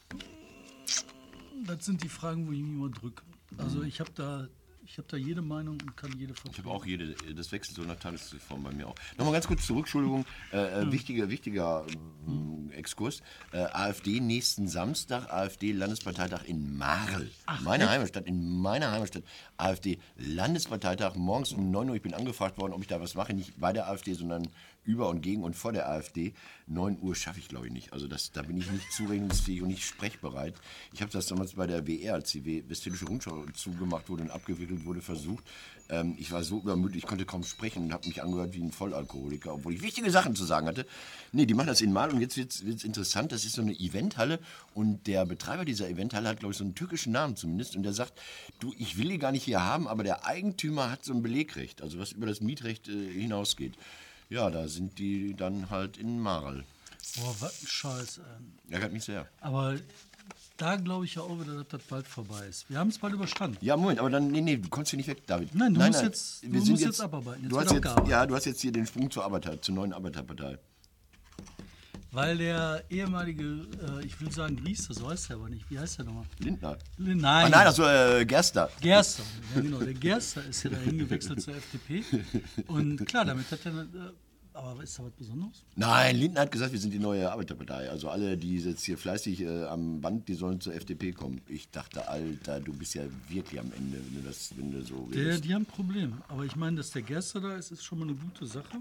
Das sind die Fragen, wo ich mich immer drücke. Also ich habe da jede Meinung und kann jede Ich vertreten. habe auch das wechselt so nach Tagesform bei mir auch. Nochmal ganz kurz zurück, Entschuldigung, wichtiger Exkurs. AfD nächsten Samstag, AfD-Landesparteitag in Marl. Heimatstadt, in meiner Heimatstadt. AfD-Landesparteitag morgens um 9 Uhr. Ich bin angefragt worden, ob ich da was mache. Nicht bei der AfD, sondern über und gegen und vor der AfD. 9 Uhr schaffe ich, glaube ich, nicht. Also da bin ich nicht zurechnungsfähig und nicht sprechbereit. Ich habe das damals bei der WR, als die Westfälische Rundschau zugemacht wurde und abgewickelt wurde, versucht. Ich war so übermüdet, ich konnte kaum sprechen und habe mich angehört wie ein Vollalkoholiker, obwohl ich wichtige Sachen zu sagen hatte. Nee, die machen das in Mal und jetzt wird's interessant. Das ist so eine Eventhalle und der Betreiber dieser Eventhalle hat, glaube ich, so einen türkischen Namen zumindest und der sagt, du, ich will die gar nicht hier haben, aber der Eigentümer hat so ein Belegrecht, also was über das Mietrecht hinausgeht. Ja, da sind die dann halt in Marl. Boah, was ein Scheiß. Ärgert mich sehr. Aber da glaube ich ja auch wieder, dass das bald vorbei ist. Wir haben es bald überstanden. Ja, Moment, aber dann, nee, du kommst hier nicht weg, David. Nein, du musst jetzt- wir du sind musst jetzt abarbeiten. Jetzt Du wird hast auch jetzt, gearbeitet. ja, du hast jetzt hier den Sprung zur neuen Arbeiterpartei. Weil der ehemalige, ich will sagen Riester, so heißt er aber nicht. Wie heißt der nochmal? Lindner. Nein. Ah, nein, also Gerster. Gerster, ja genau, der Gerster ist ja dahin gewechselt zur FDP. Und klar, damit hat er, aber ist da was Besonderes? Nein, Lindner hat gesagt, wir sind die neue Arbeiterpartei. Also alle, die jetzt hier fleißig am Band, die sollen zur FDP kommen. Ich dachte, Alter, du bist ja wirklich am Ende, wenn du so redest. Die haben ein Problem. Aber ich meine, dass der Gerster da ist schon mal eine gute Sache.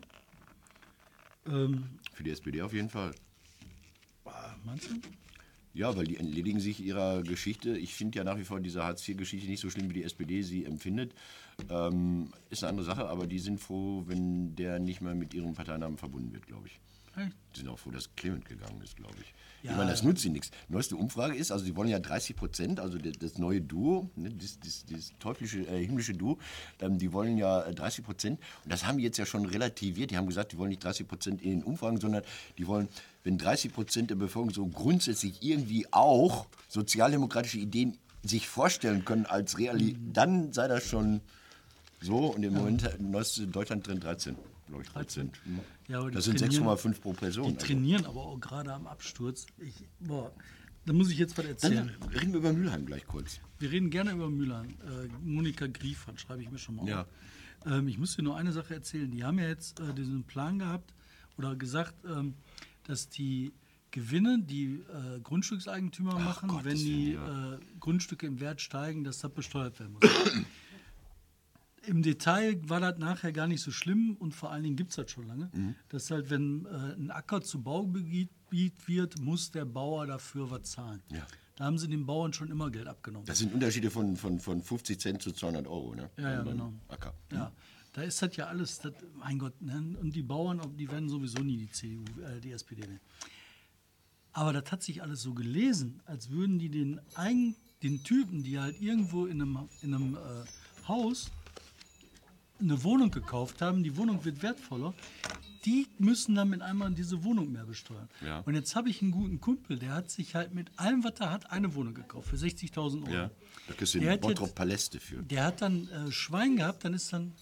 Für die SPD auf jeden Fall. Meinst du? Ja, weil die entledigen sich ihrer Geschichte. Ich finde ja nach wie vor diese Hartz-IV-Geschichte nicht so schlimm, wie die SPD sie empfindet. Ist eine andere Sache, aber die sind froh, wenn der nicht mehr mit ihrem Parteinamen verbunden wird, glaube ich. Echt? Die sind auch froh, dass Clement gegangen ist, glaube ich. Ja. Ich meine, das nutzt ihnen nichts. Neueste Umfrage ist, also sie wollen ja 30%, also das neue Duo, ne, dieses teuflische, himmlische Duo, die wollen ja 30%. Und das haben die jetzt ja schon relativiert. Die haben gesagt, die wollen nicht 30% in den Umfragen, sondern die wollen, wenn 30% der Bevölkerung so grundsätzlich irgendwie auch sozialdemokratische Ideen sich vorstellen können als dann sei das schon so. Und im Moment neueste Deutschland drin 13. glaube ich, Prozent. Ja, aber die Das sind trainieren- 6,5 pro Person. Die trainieren aber auch gerade am Absturz. Da muss ich jetzt was erzählen. Dann reden wir über Mülheim gleich kurz. Wir reden gerne über Mülheim. Monika Griefert schreibe ich mir schon mal Ja. auf. Ich muss dir nur eine Sache erzählen. Die haben ja jetzt diesen Plan gehabt oder gesagt, dass die Gewinne, die Grundstückseigentümer machen, Gottes wenn die Willen, Grundstücke im Wert steigen, dass das besteuert werden muss. Im Detail war das nachher gar nicht so schlimm und vor allen Dingen gibt es das schon lange, dass halt, wenn ein Acker zu Baugebiet wird, muss der Bauer dafür was zahlen. Ja. Da haben sie den Bauern schon immer Geld abgenommen. Das sind Unterschiede von 50 Cent zu 200 Euro, ne? Ja, Beim genau. Acker. Ja, da ist das ja alles, mein Gott, ne? Und die Bauern, die werden sowieso nie die CDU, die SPD wählen. Aber das hat sich alles so gelesen, als würden die den Typen, die halt irgendwo in einem Haus eine Wohnung gekauft haben, die Wohnung wird wertvoller, die müssen dann mit einmal diese Wohnung mehr besteuern. Ja. Und jetzt habe ich einen guten Kumpel, der hat sich halt mit allem, was er hat, eine Wohnung gekauft für 60.000 Euro. Ja. Da kriegst du Der den hat Bottrop jetzt- Paläste für. Der hat dann Schwein gehabt, dann ist dann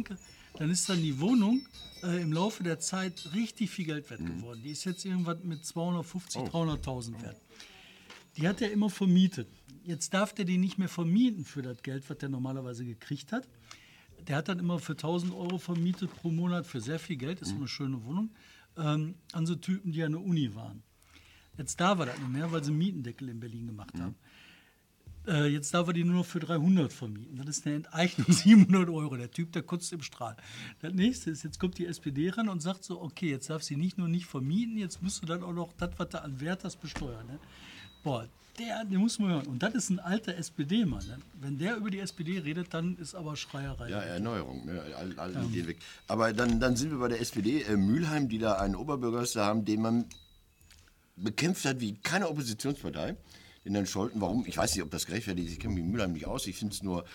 die Wohnung im Laufe der Zeit richtig viel Geld wert geworden. Die ist jetzt irgendwas mit 250.000, 300.000 wert. Die hat er immer vermietet. Jetzt darf der die nicht mehr vermieten für das Geld, was der normalerweise gekriegt hat. Der hat dann immer für 1.000 Euro vermietet pro Monat für sehr viel Geld, ist so eine schöne Wohnung, an so Typen, die an der Uni waren. Jetzt darf er das nicht mehr, weil sie einen Mietendeckel in Berlin gemacht haben. Jetzt darf er die nur noch für 300 vermieten. Das ist eine Enteignung, 700 Euro. Der Typ, der kotzt im Strahl. Das nächste ist, jetzt kommt die SPD ran und sagt so, okay, jetzt darf sie nicht nur nicht vermieten, jetzt musst du dann auch noch das, was du an Wert hast, besteuern. Ne? Boah, den muss man hören. Und das ist ein alter SPD-Mann. Ne? Wenn der über die SPD redet, dann ist aber Schreierei. Ja, Erneuerung, ne? Alle Ideen weg. Aber dann sind wir bei der SPD Mülheim, die da einen Oberbürgermeister haben, den man bekämpft hat wie keine Oppositionspartei. Den Herrn Scholten, warum? Ich weiß nicht, ob das gerechtfertigt ist. Ich kenne mich in Mülheim nicht aus. Ich finde es nur,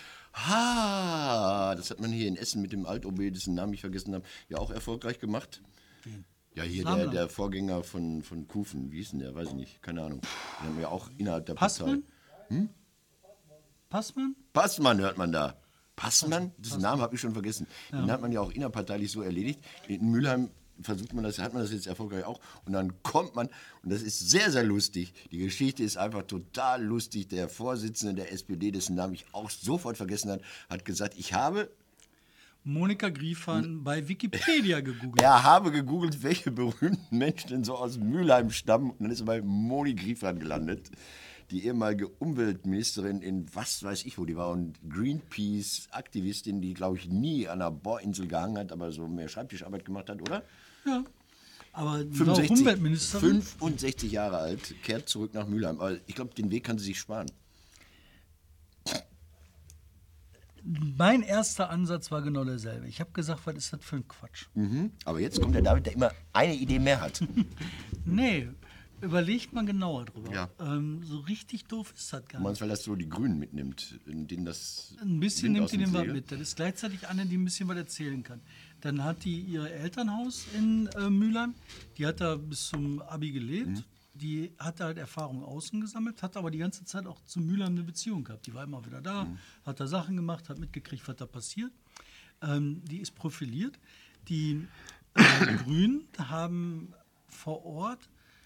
das hat man hier in Essen mit dem Alt-OB, dessen Namen ich vergessen habe, ja auch erfolgreich gemacht. Wen? Ja, hier Samler. der Vorgänger von Kufen, wie hieß denn der? Weiß ich nicht, keine Ahnung. Den haben wir auch innerhalb der Passmann? Partei. Passmann? Passmann hört man da. Passmann? Diesen Namen habe ich schon vergessen. Den hat man ja auch innerparteilich so erledigt. In Mülheim hat man das jetzt erfolgreich auch. Und dann kommt man, und das ist sehr, sehr lustig. Die Geschichte ist einfach total lustig. Der Vorsitzende der SPD, dessen Namen ich auch sofort vergessen habe, hat gesagt, ich habe Monika Griefahn bei Wikipedia gegoogelt. Er habe gegoogelt, welche berühmten Menschen denn so aus Mülheim stammen. Und dann ist er bei Moni Griefahn gelandet. Die ehemalige Umweltministerin in was weiß ich wo die war. Und Greenpeace-Aktivistin, die, glaube ich, nie an einer Bohrinsel gehangen hat, aber so mehr Schreibtischarbeit gemacht hat, oder? Ja. Aber die war auch Umweltministerin. 65 Jahre alt, kehrt zurück nach Mülheim. Aber ich glaube, den Weg kann sie sich sparen. Mein erster Ansatz war genau derselbe. Ich habe gesagt, was ist das für ein Quatsch? Aber jetzt kommt der David, der immer eine Idee mehr hat. Nee, überlegt man genauer drüber. Ja. So richtig doof ist das gar Du nicht. meinst, weil das so die Grünen mitnimmt, denen das Ein bisschen Wind nimmt aus die den den was Segeln? mit. Das ist gleichzeitig eine, die ein bisschen was erzählen kann. Dann hat die ihr Elternhaus in Mülheim. Die hat da bis zum Abi gelebt. Die hat halt Erfahrung außen gesammelt, hat aber die ganze Zeit auch zu Mülheim eine Beziehung gehabt. Die war immer wieder da, hat da Sachen gemacht, hat mitgekriegt, was da passiert. Die ist profiliert. Die Grünen haben vor Ort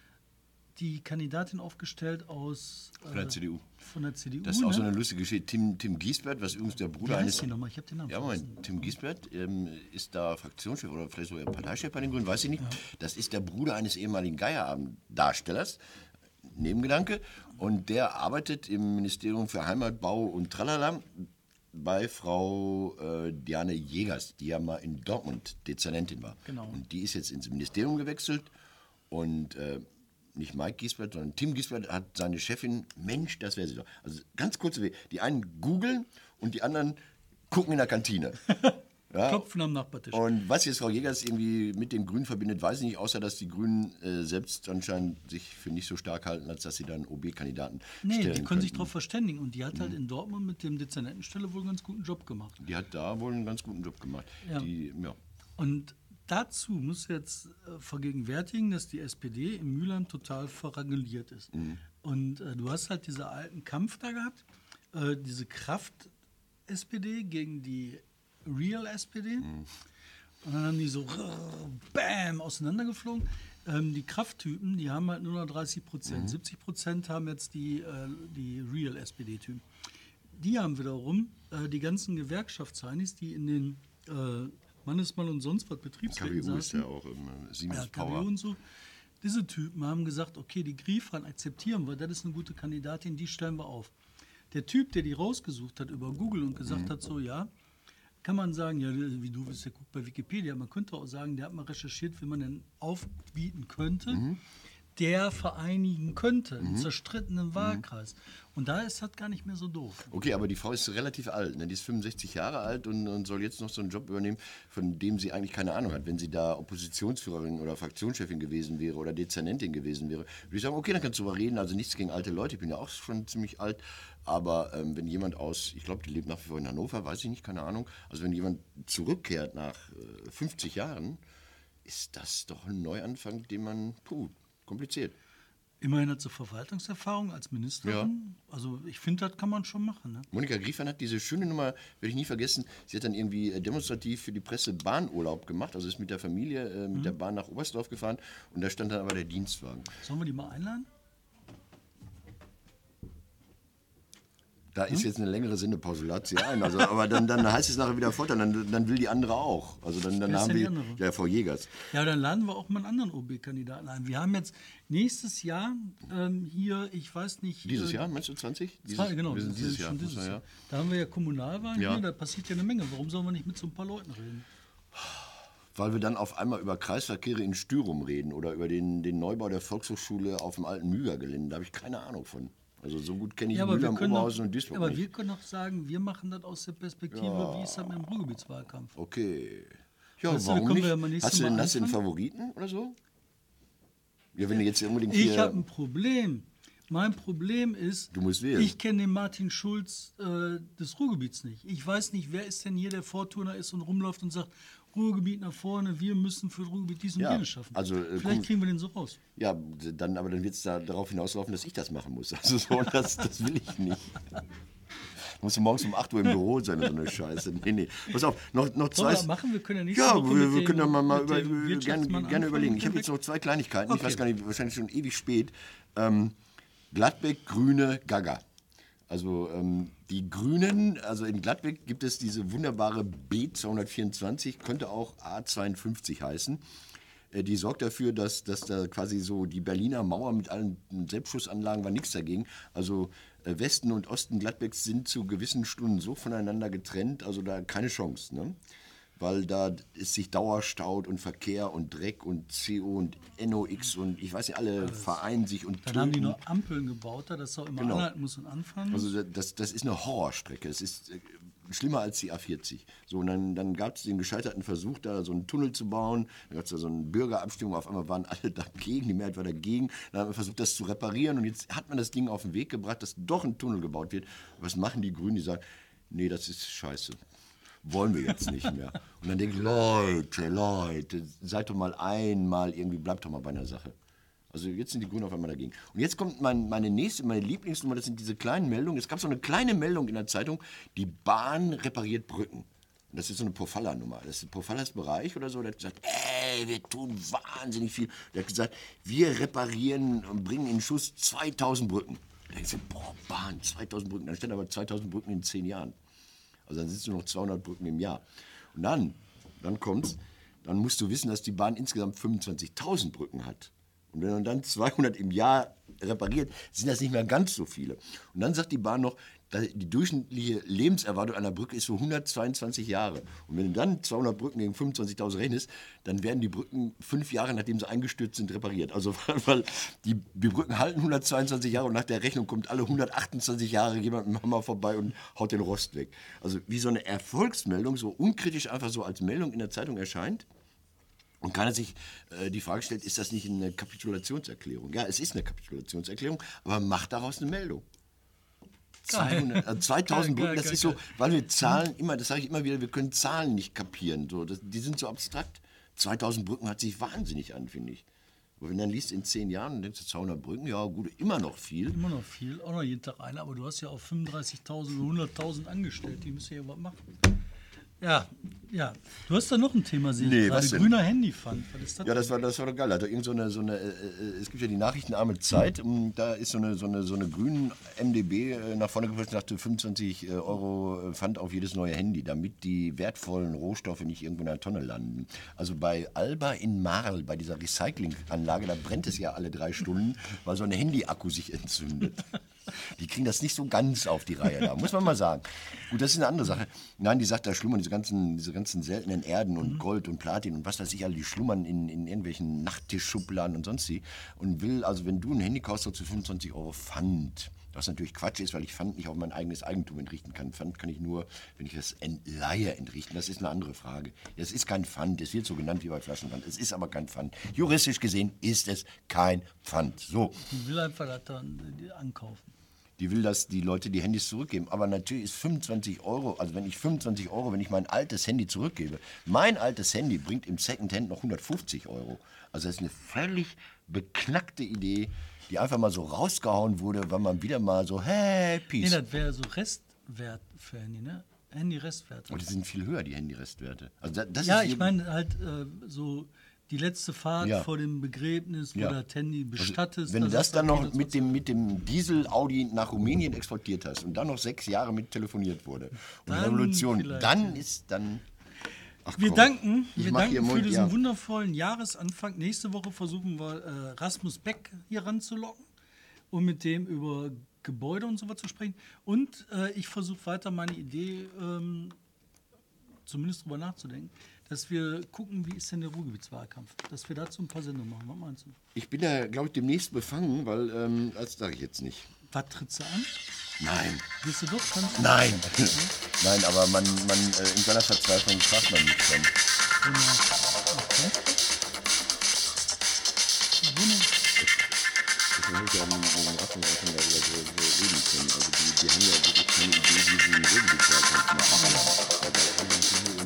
die Kandidatin aufgestellt aus Von der CDU. Von der CDU. Das ist auch so ne? eine lustige Geschichte. Tim Giesbert, was übrigens der Wie Bruder heißt eines... die nochmal? Ich habe den Namen Ja, vergessen. Moment, Tim Giesbert ist da Fraktionschef oder vielleicht sogar Parteichef bei den Grünen, weiß ich nicht. Das ist der Bruder eines ehemaligen Geierabend-Darstellers, Nebengedanke. Und der arbeitet im Ministerium für Heimat, Bau und Tralala bei Frau Diane Jägers, die ja mal in Dortmund Dezernentin war. Genau. Und die ist jetzt ins Ministerium gewechselt und... nicht Mike Giesbert, sondern Tim Giesbert hat seine Chefin, Mensch, das wäre sie doch. Also ganz kurze Wege. Die einen googeln und die anderen gucken in der Kantine. Ja. Klopfen am Nachbartisch. Und was jetzt Frau Jägers irgendwie mit den Grünen verbindet, weiß ich nicht, außer dass die Grünen selbst anscheinend sich für nicht so stark halten, als dass sie dann OB-Kandidaten Nee, stellen die können sich könnten. darauf verständigen. Und die hat halt in Dortmund mit dem Dezernentenstelle wohl einen ganz guten Job gemacht. Die hat da wohl einen ganz guten Job gemacht. Ja. Ja. Und dazu muss jetzt vergegenwärtigen, dass die SPD in Mülheim total verranguliert ist. Und du hast halt diesen alten Kampf da gehabt, diese Kraft-SPD gegen die Real-SPD. Und dann haben die so bam auseinandergeflogen. Die Krafttypen, die haben halt nur noch 30%. 70% haben jetzt die Real-SPD-Typen. Die haben wiederum die ganzen Gewerkschaftsheinis, die in den Mannesmann und sonst was Betriebsräten KWU ist saßen. ja auch Siemens Ja, Power. KWU und so. Diese Typen haben gesagt, okay, die Griefahn akzeptieren wir, das ist eine gute Kandidatin, die stellen wir auf. Der Typ, der die rausgesucht hat über Google und gesagt hat, so ja, kann man sagen, ja, wie du willst, der guckt bei Wikipedia, man könnte auch sagen, der hat mal recherchiert, wie man denn aufbieten könnte. der vereinigen könnte, einen zerstrittenen Wahlkreis. Und da ist das gar nicht mehr so doof. Okay, aber die Frau ist relativ alt, ne? Die ist 65 Jahre alt und soll jetzt noch so einen Job übernehmen, von dem sie eigentlich keine Ahnung hat. Wenn sie da Oppositionsführerin oder Fraktionschefin gewesen wäre oder Dezernentin gewesen wäre, würde ich sagen, okay, dann kannst du mal reden. Also nichts gegen alte Leute, ich bin ja auch schon ziemlich alt. Aber wenn jemand ich glaube, die lebt nach wie vor in Hannover, weiß ich nicht, keine Ahnung. Also wenn jemand zurückkehrt nach 50 Jahren, ist das doch ein Neuanfang, den man, kompliziert. Immerhin hat sie Verwaltungserfahrung als Ministerin. Ja. Also ich finde, das kann man schon machen. Ne? Monika Griefern hat diese schöne Nummer, werde ich nie vergessen, sie hat dann irgendwie demonstrativ für die Presse Bahnurlaub gemacht, also ist mit der Familie mit der Bahn nach Oberstdorf gefahren und da stand dann aber der Dienstwagen. Sollen wir die mal einladen? Da ist jetzt eine längere Sendepause, lad sie ein. Also, aber dann heißt es nachher wieder fort, dann will die andere auch. Also dann haben wir ja Frau Jägers. Ja, dann laden wir auch mal einen anderen OB-Kandidaten ein. Wir haben jetzt nächstes Jahr hier, ich weiß nicht. Dieses Jahr, meinst du 20? Genau, wir sind dieses Jahr. Jahr. Da haben wir ja Kommunalwahlen hier, da passiert ja eine Menge. Warum sollen wir nicht mit so ein paar Leuten reden? Weil wir dann auf einmal über Kreisverkehre in Stürum reden oder über den Neubau der Volkshochschule auf dem alten Müger-Gelände. Da habe ich keine Ahnung von. Also so gut kenne ich Müller, Oberhausen und Duisburg aber nicht. Wir können doch sagen, wir machen das aus der Perspektive, wie ist das mit dem Ruhrgebietswahlkampf. Okay. Ja, weißt warum nicht? Hast du einen Favoriten oder so? Ja, wenn du jetzt unbedingt Ich habe ein Problem. Mein Problem ist, du musst wählen. Ich kenne den Martin Schulz des Ruhrgebiets nicht. Ich weiß nicht, wer ist denn hier, der Vorturner ist und rumläuft und sagt, Ruhrgebiet nach vorne, wir müssen für Ruhrgebiet dies und jenes schaffen. Also, vielleicht kriegen wir den so raus. Ja, aber dann wird es darauf hinauslaufen, dass ich das machen muss. Also so, das will ich nicht. Du musst morgens um 8 Uhr im Büro sein und so eine Scheiße. Nee. Pass auf, noch zwei... Wir machen? Wir können ja nicht wir können ja mal gerne überlegen. Ich habe jetzt noch zwei Kleinigkeiten. Okay. Ich weiß gar nicht, wahrscheinlich schon ewig spät. Gladbeck, Grüne, Gaga. Also die Grünen, also in Gladbeck gibt es diese wunderbare B224, könnte auch A52 heißen. Die sorgt dafür, dass da quasi so die Berliner Mauer mit allen Selbstschussanlagen war nichts dagegen. Also Westen und Osten Gladbecks sind zu gewissen Stunden so voneinander getrennt, also da keine Chance, ne? Weil da ist sich Dauerstaut und Verkehr und Dreck und CO und NOx und ich weiß nicht, alle vereinen sich und Dann haben die nur Ampeln gebaut, dass es auch immer anhalten muss und anfahren muss. Also das ist eine Horrorstrecke. Es ist schlimmer als die A40. So, und dann gab es den gescheiterten Versuch, da so einen Tunnel zu bauen. Da gab es da so eine Bürgerabstimmung. Auf einmal waren alle dagegen, die Mehrheit war dagegen. Dann haben wir versucht, das zu reparieren. Und jetzt hat man das Ding auf den Weg gebracht, dass doch ein Tunnel gebaut wird. Was machen die Grünen? Die sagen, nee, das ist scheiße. Wollen wir jetzt nicht mehr. Und dann denke ich, Leute, seid doch mal einmal irgendwie, bleibt doch mal bei einer Sache. Also jetzt sind die Grünen auf einmal dagegen. Und jetzt kommt meine Lieblingsnummer, das sind diese kleinen Meldungen. Es gab so eine kleine Meldung in der Zeitung, die Bahn repariert Brücken. Und das ist so eine Pofalla-Nummer. Das ist Pofallas Bereich oder so. Der hat gesagt, wir tun wahnsinnig viel. Der hat gesagt, wir reparieren und bringen in Schuss 2000 Brücken. Da ich gesagt, Bahn, 2000 Brücken. Dann stand aber 2000 Brücken in 10 Jahren. Also dann sitzt du noch 200 Brücken im Jahr. Und dann kommt's, dann musst du wissen, dass die Bahn insgesamt 25.000 Brücken hat. Und wenn man dann 200 im Jahr repariert, sind das nicht mehr ganz so viele. Und dann sagt die Bahn noch, die durchschnittliche Lebenserwartung einer Brücke ist so 122 Jahre. Und wenn du dann 200 Brücken gegen 25.000 rechnest, dann werden die Brücken 5 Jahre, nachdem sie eingestürzt sind, repariert. Also weil die Brücken halten 122 Jahre und nach der Rechnung kommt alle 128 Jahre jemand mit dem Hammer vorbei und haut den Rost weg. Also wie so eine Erfolgsmeldung, so unkritisch einfach so als Meldung in der Zeitung erscheint. Und keiner sich die Frage stellt, ist das nicht eine Kapitulationserklärung? Ja, es ist eine Kapitulationserklärung, aber macht daraus eine Meldung. 2000 Brücken, das ist so, weil wir Zahlen immer, das sage ich immer wieder, wir können Zahlen nicht kapieren. So, die sind so abstrakt. 2000 Brücken hört sich wahnsinnig an, finde ich. Aber wenn du dann liest in 10 Jahren und denkst du 200 Brücken, ja gut, immer noch viel. Immer noch viel, auch noch jeden Tag eine, aber du hast ja auch 35.000 oder 100.000 angestellt, die müssen ja was machen. Ja. Du hast da noch ein Thema, sehe ich gerade. Grüner Handyfund. Was ist das? Ja, das war doch geil. Also es gibt ja die nachrichtenarme Zeit. Und da ist so eine grünen MdB nach vorne gepresst und sagte 25 € Pfand auf jedes neue Handy, damit die wertvollen Rohstoffe nicht irgendwo in der Tonne landen. Also bei Alba in Marl, bei dieser Recyclinganlage, da brennt es ja alle 3 Stunden, weil so ein Handyakku sich entzündet. Die kriegen das nicht so ganz auf die Reihe da, muss man mal sagen. Gut, das ist eine andere Sache. Nein, die sagt, da schlummern diese ganzen seltenen Erden und Gold und Platin und was weiß ich alle, die schlummern in irgendwelchen Nachttischschubladen und sonst wie. Und will, also wenn du ein Handy kaufst, so zu 25 Euro Pfand. Was natürlich Quatsch ist, weil ich Pfand nicht auf mein eigenes Eigentum entrichten kann. Pfand kann ich nur, wenn ich das entleihe, entrichten. Das ist eine andere Frage. Das ist kein Pfand. Es wird so genannt wie bei Flaschenpfand. Es ist aber kein Pfand. Juristisch gesehen ist es kein Pfand. So. Die will einfach das dann ankaufen. Die will, dass die Leute die Handys zurückgeben. Aber natürlich ist 25 Euro, also wenn ich 25 Euro, wenn ich mein altes Handy zurückgebe, mein altes Handy bringt im Secondhand noch 150 Euro. Also das ist eine völlig beknackte Idee, die einfach mal so rausgehauen wurde, weil man wieder mal so, hey, peace. Nee, das wäre so Restwert für Handy, ne? Handy-Restwert. Und die sind viel höher, die Handy-Restwerte. Also das Ja, ist ich meine halt so die letzte Fahrt Ja. vor dem Begräbnis, wo Ja. das Handy bestattest. Wenn du das ist dann okay, noch das mit dem Diesel-Audi nach Rumänien exportiert hast und dann noch 6 Jahre mit telefoniert wurde und Dann Revolution, vielleicht, dann ist dann... Ach, Wir komm. danken, Ich wir mach hier danken für Mund, diesen ja. wundervollen Jahresanfang. Nächste Woche versuchen wir Rasmus Beck hier ranzulocken, um mit dem über Gebäude und so was zu sprechen. Und ich versuche weiter meine Idee, zumindest drüber nachzudenken, dass wir gucken, wie ist denn der Ruhrgebietswahlkampf, dass wir dazu ein paar Sendungen machen. Was meinst du? Ich bin da, glaube ich, demnächst befangen, weil, das sage ich jetzt nicht. Was trittst du an? Nein. Gehst du doch? Kannst du? Nein. Nein, aber man in seiner Verzweiflung fragt man nicht dann. Okay. Wunder- Das habe ich ja am Anfang darüber so reden können. Also die haben ja wirklich keine Idee, wie sie einen Ruhrgebietswahlkampf machen. Weil